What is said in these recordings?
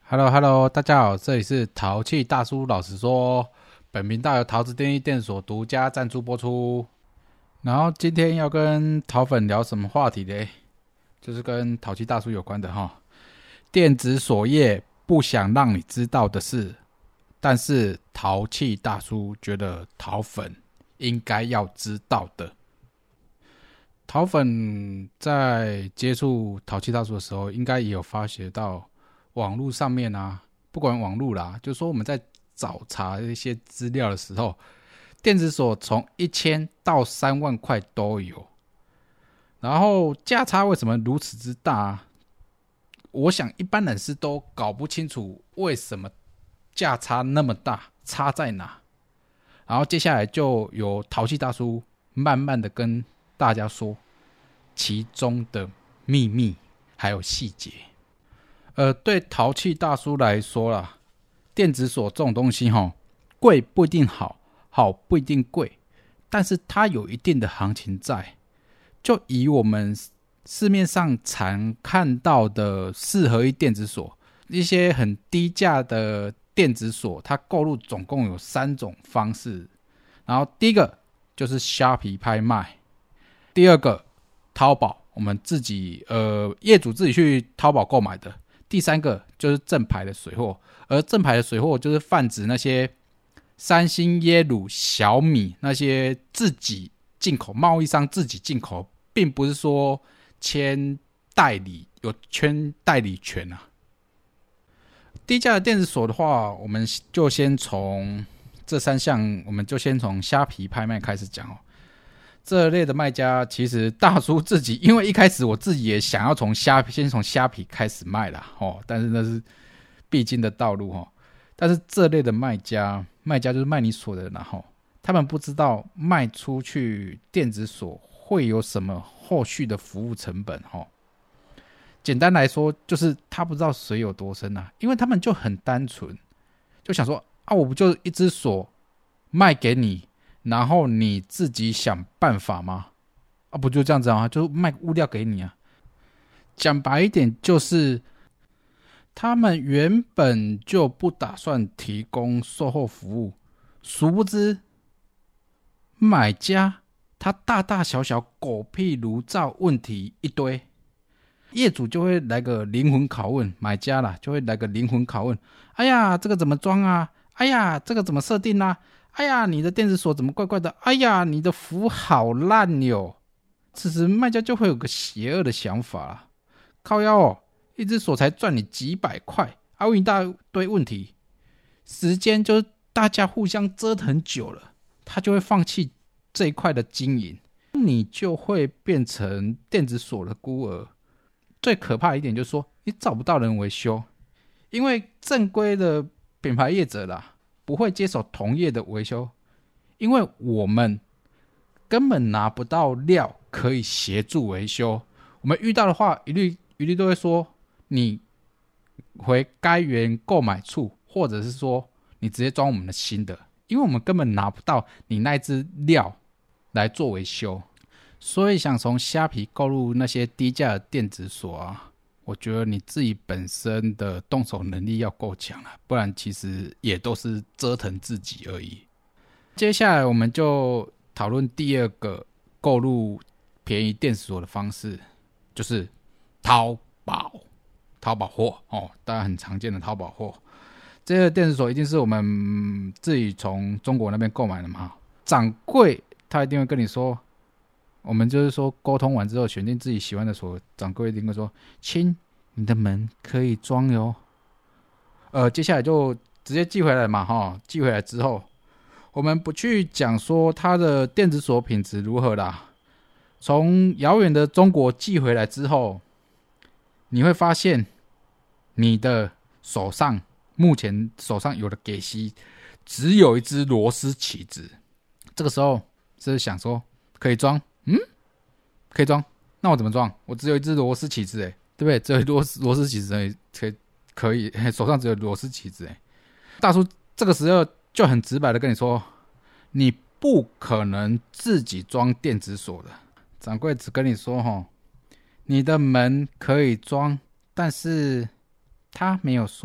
Hello，大家好，这里是淘气大叔。老实说，本频道由桃子电力电所独家赞助播出。然后今天要跟桃粉聊什么话题呢？就是跟淘气大叔有关的哈。电子锁业不想让你知道的事，但是淘气大叔觉得桃粉应该要知道的。桃粉在接触淘气大叔的时候，应该也有发觉到网络上面啊，不管网络啦，就是说我们在找查一些资料的时候，电子锁从1000到3万块都有。然后价差为什么如此之大啊？我想一般人是都搞不清楚为什么价差那么大，差在哪。然后接下来就由淘气大叔慢慢的跟大家说其中的秘密还有细节。对淘气大叔来说啦，电子锁这种东西贵不一定好，好不一定贵，但是它有一定的行情在。就以我们市面上常看到的四合一电子锁，一些很低价的电子锁，它购入总共有3种方式。然后第一个就是虾皮拍卖，第二个淘宝，我们自己业主自己去淘宝购买的。第三个就是正牌的水货，而正牌的水货就是泛指那些三星、耶鲁、小米那些自己进口贸易商自己进口，并不是说签代理有签代理权啊。低价的电子锁的话，我们就先从这3项，我们就先从虾皮拍卖开始讲哦。这类的卖家，其实大叔自己，因为一开始我自己也想要先从虾皮开始卖啦，但是那是必经的道路。但是这类的卖家就是卖你锁的人，他们不知道卖出去电子锁会有什么后续的服务成本。简单来说，就是他不知道水有多深啊，因为他们就很单纯，就想说啊，我不就一只锁卖给你，然后你自己想办法吗？啊，不就这样子啊？就卖物料给你啊。讲白一点，就是他们原本就不打算提供售后服务，殊不知买家他大大小小狗屁炉灶问题一堆，业主就会来个灵魂拷问，买家啦就会来个灵魂拷问。哎呀，这个怎么装啊？哎呀，这个怎么设定啊？哎呀，你的电子锁怎么怪怪的？哎呀，你的服务好烂哟！此时卖家就会有个邪恶的想法啦，靠腰哦，一只锁才赚你几百块，问一大堆问题，时间就是大家互相折腾久了，他就会放弃这一块的经营，你就会变成电子锁的孤儿。最可怕的一点就是说，你找不到人维修，因为正规的品牌业者啦，不会接手同业的维修，因为我们根本拿不到料可以协助维修。我们遇到的话，一律都会说你回该原购买处，或者是说你直接装我们的新的，因为我们根本拿不到你那只料来做维修。所以想从虾皮购入那些低价的电子锁啊，我觉得你自己本身的动手能力要够强了，不然其实也都是折腾自己而已。接下来我们就讨论第二个购入便宜电子锁的方式，就是淘宝货大家很常见的淘宝货。这个电子锁一定是我们自己从中国那边购买的嘛，掌柜他一定会跟你说，我们就是说沟通完之后选定自己喜欢的锁，掌柜一定会说，亲，你的门可以装哟。接下来就直接寄回来嘛，寄回来之后，我们不去讲说它的电子锁品质如何啦，从遥远的中国寄回来之后，你会发现你的目前手上有的给息只有一只螺丝起子。这个时候是想说可以装，可以装，那我怎么装？我只有一只螺丝起子，对不对？只有螺丝起子可以，手上只有螺丝起子。大叔这个时候就很直白的跟你说，你不可能自己装电子锁的。掌柜只跟你说你的门可以装，但是他没有说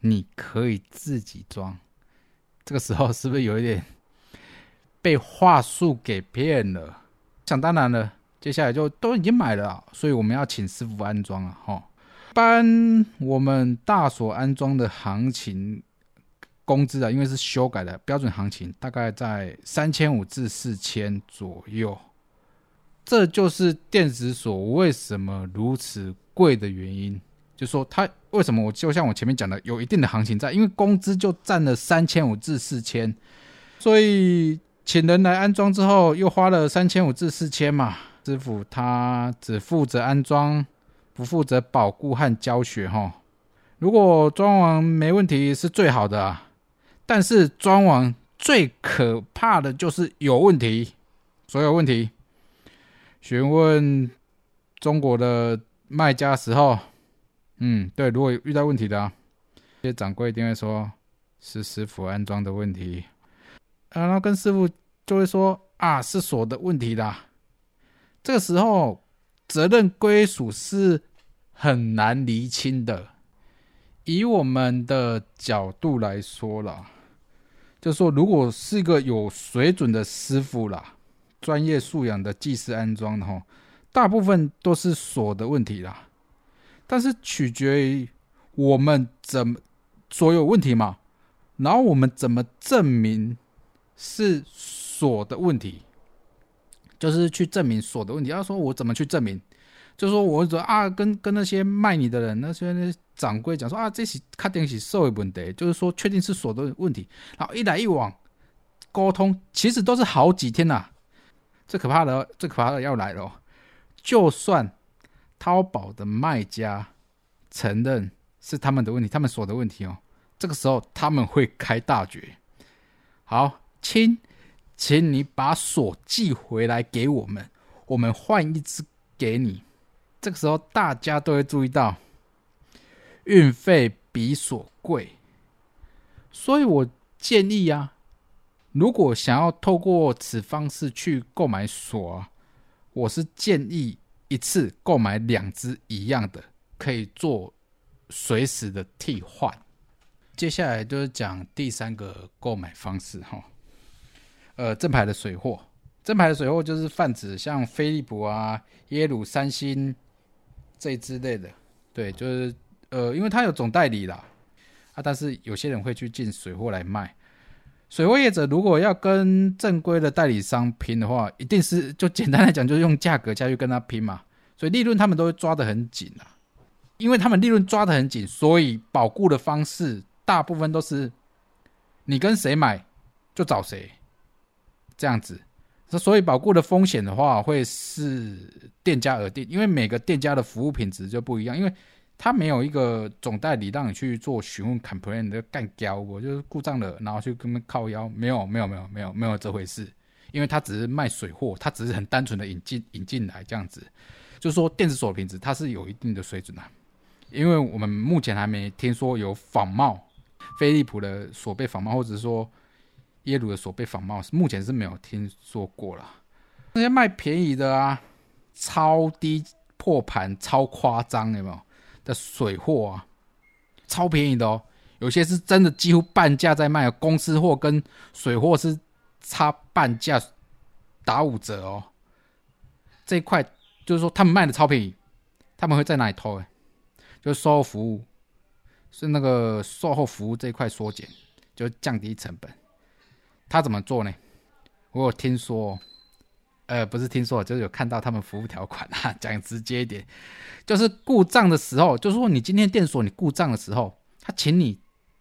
你可以自己装。这个时候是不是有一点被话术给骗了？想当然了，接下来就都已经买了，所以我们要请师傅安装了齁。一般我们大所安装的行情工资因为是修改的标准行情，大概在3500至4000左右。这就是电子锁为什么如此贵的原因。就是说它为什么就像我前面讲的有一定的行情在，因为工资就占了3500至4000，所以请人来安装之后又花了3500至4000嘛。师傅他只负责安装，不负责保固和教学齁。如果装完没问题是最好的但是装完最可怕的就是有问题。所有问题询问中国的卖家的时候，对，如果遇到问题的这些掌柜一定会说是师傅安装的问题然后跟师傅就会说是锁的问题啦。这个时候责任归属是很难厘清的。以我们的角度来说啦，就是说如果是一个有水准的师傅啦，专业素养的技师安装的大部分都是锁的问题啦。但是取决于我们怎么锁有问题嘛，然后我们怎么证明是锁的问题，就是去证明锁的问题。要说我怎么去证明，就是说我跟那些卖你的人，那些掌柜讲说这是确定是锁的问题，就是说确定是锁的问题，然后一来一往沟通，其实都是好几天啦。最可怕的要来了就算淘宝的卖家承认是他们的问题，他们锁的问题这个时候他们会开大绝。好，请你把锁寄回来给我们，我们换一只给你。这个时候大家都会注意到运费比锁贵，所以我建议如果想要透过此方式去购买锁我是建议一次购买2只一样的，可以做随时的替换。接下来就是讲第3个购买方式正牌的水货。正牌的水货就是泛指像飞利浦耶鲁、三星这一之类的。对，就是因为它有总代理啦但是有些人会去进水货来卖。水货业者如果要跟正规的代理商拼的话，一定是就简单来讲就是用价格下去跟他拼嘛，所以利润他们都会抓得很紧因为他们利润抓得很紧，所以保固的方式大部分都是你跟谁买就找谁这样子。所以保固的风险的话会是店家而定，因为每个店家的服务品质就不一样，因为他没有一个总代理让你去做询问 complain 的干胶，我就是故障了然后去跟他们靠腰，没有这回事。因为他只是卖水货，他只是很单纯的引进来这样子。就是说电子锁品质它是有一定的水准因为我们目前还没听说有仿冒飞利浦的锁被仿冒，或者说耶鲁的锁被仿冒，目前是没有听说过啦。那些卖便宜的超低破盘超夸张有没有的水货超便宜的有些是真的几乎半价在卖公司货跟水货是差半价打5折这一块就是说他们卖的超便宜，他们会在哪里偷就是售后服务，是那个售后服务这一块缩减，就降低成本。他怎么做呢？我有听说不是听说，就是有看到他们服务条款讲直接一点，就是故障的时候，就是说你今天电锁你故障的时候，他请你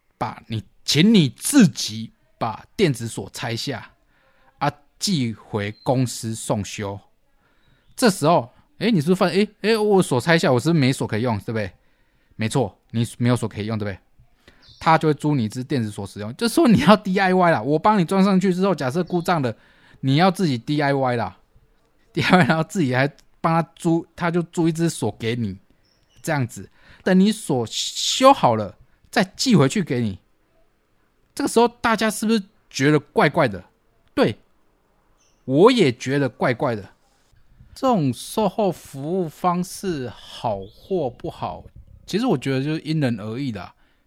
自己把电子锁拆下寄回公司送修。这时候你是不是发现我锁拆下，我是不是没锁可以用，对不对？没错，你没有锁可以用，对不对？他就会租你一只电子锁使用，就是说你要 DIY 啦，我帮你装上去之后，假设故障了，你要自己 DIY 啦 ，DIY 然后自己还帮他租，他就租一只锁给你，这样子，等你锁修好了再寄回去给你。这个时候大家是不是觉得怪怪的？对，我也觉得怪怪的。这种售后服务方式好或不好，其实我觉得就是因人而异啦。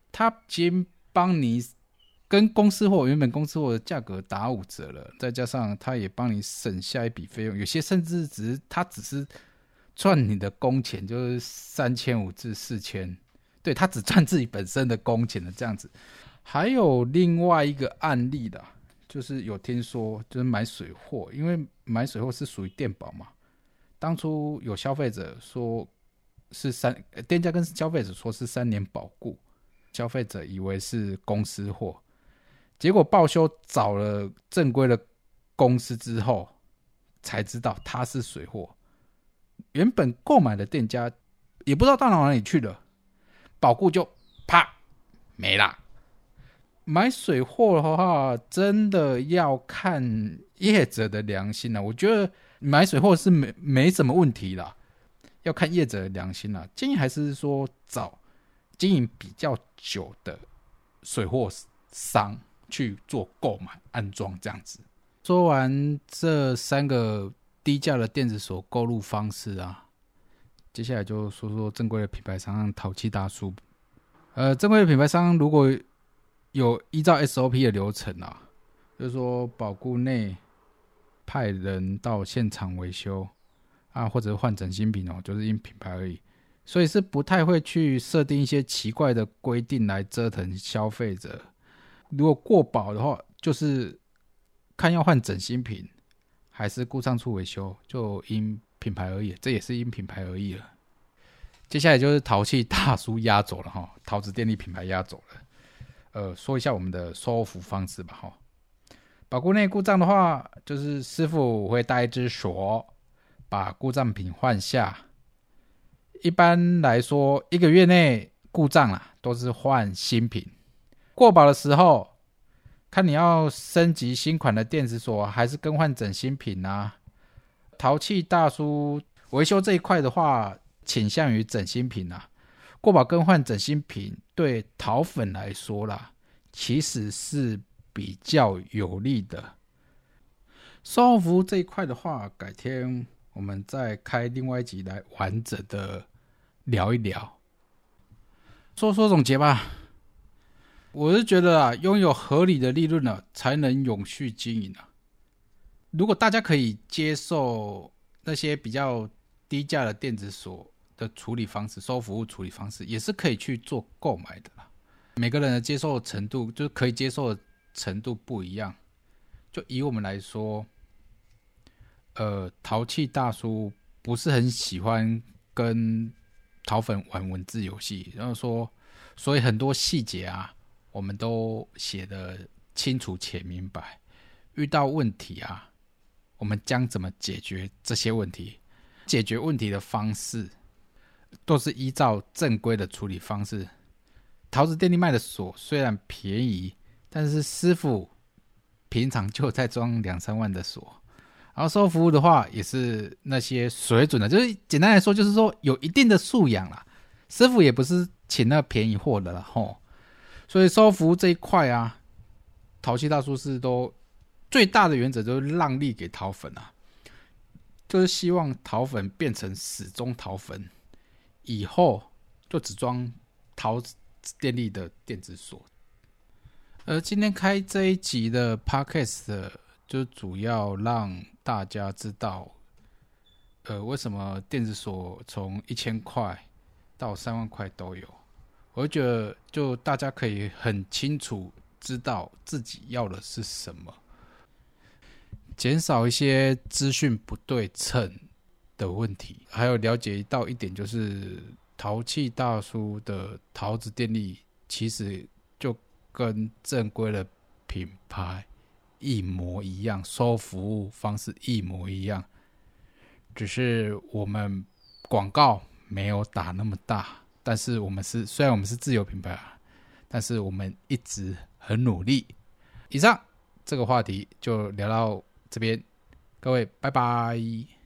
他已经帮你跟公司货原本公司货的价格打5折了，再加上他也帮你省下一笔费用，有些甚至他只是赚你的工钱，就是3500至4000，对，他只赚自己本身的工钱的这样子。还有另外一个案例啦，就是有听说就是买水货，因为买水货是属于电保嘛，当初有消费者说是店家跟消费者说是3年保固，消费者以为是公司货，结果报修找了正规的公司之后才知道它是水货，原本购买的店家也不知道到哪里去了，保固就啪没啦。买水货的话真的要看业者的良心啦，我觉得买水货是没什么问题啦，要看业者的良心啦，建议还是说找经营比较久的水货商去做购买安装这样子。说完这3个低价的电子锁购入方式啊，接下来就说说正规的品牌商淘气大叔。正规的品牌商如果有依照 SOP 的流程啊，就是说保固内派人到现场维修啊，或者换整新品哦，就是因品牌而已，所以是不太会去设定一些奇怪的规定来折腾消费者。如果过保的话，就是看要换整新品还是故障处维修，就因品牌而已，这也是因品牌而已了。接下来就是淘气大叔压轴了哈，桃子电力品牌压轴了。说一下我们的收服方式吧哈。保固内故障的话，就是师傅会带一只锁，把故障品换下。一般来说，1个月内故障啦，都是换新品。过保的时候，看你要升级新款的电子锁，还是更换整新品啊。淘气大叔维修这一块的话，倾向于整新品啊。过保更换整新品对淘粉来说啦，其实是比较有利的。售后服务这一块的话，改天我们再开另外一集来完整的聊一聊。说总结吧，我是觉得拥有合理的利润才能永续经营。如果大家可以接受那些比较低价的电子锁的处理方式，售后服务处理方式也是可以去做购买的啦。每个人的接受程度，就是可以接受的程度不一样。就以我们来说，淘气大叔不是很喜欢跟淘粉玩文字游戏，然后说，所以很多细节啊，我们都写得清楚且明白。遇到问题啊，我们将怎么解决这些问题？解决问题的方式都是依照正规的处理方式。桃子电力卖的锁虽然便宜，但是师傅平常就在装2-3万的锁。然后售后服务的话，也是那些水准的，就是简单来说，就是说有一定的素养啦。师傅也不是请那便宜货的啦吼。所以售后服务这一块啊，淘气大叔是都最大的原则就是让利给淘粉啊，就是希望淘粉变成死忠淘粉，以后就只装桃子电力的电子锁。今天开这一集的 Podcast 就主要让大家知道，为什么电子锁从1000块到3万块都有。我觉得就大家可以很清楚知道自己要的是什么，减少一些资讯不对称的问题，还有了解到一点，就是淘气大叔的桃子电力其实就跟正规的品牌一模一样，售后服务方式一模一样，只是我们广告没有打那么大，但是虽然我们是自有品牌，但是我们一直很努力。以上这个话题就聊到这边，各位拜拜。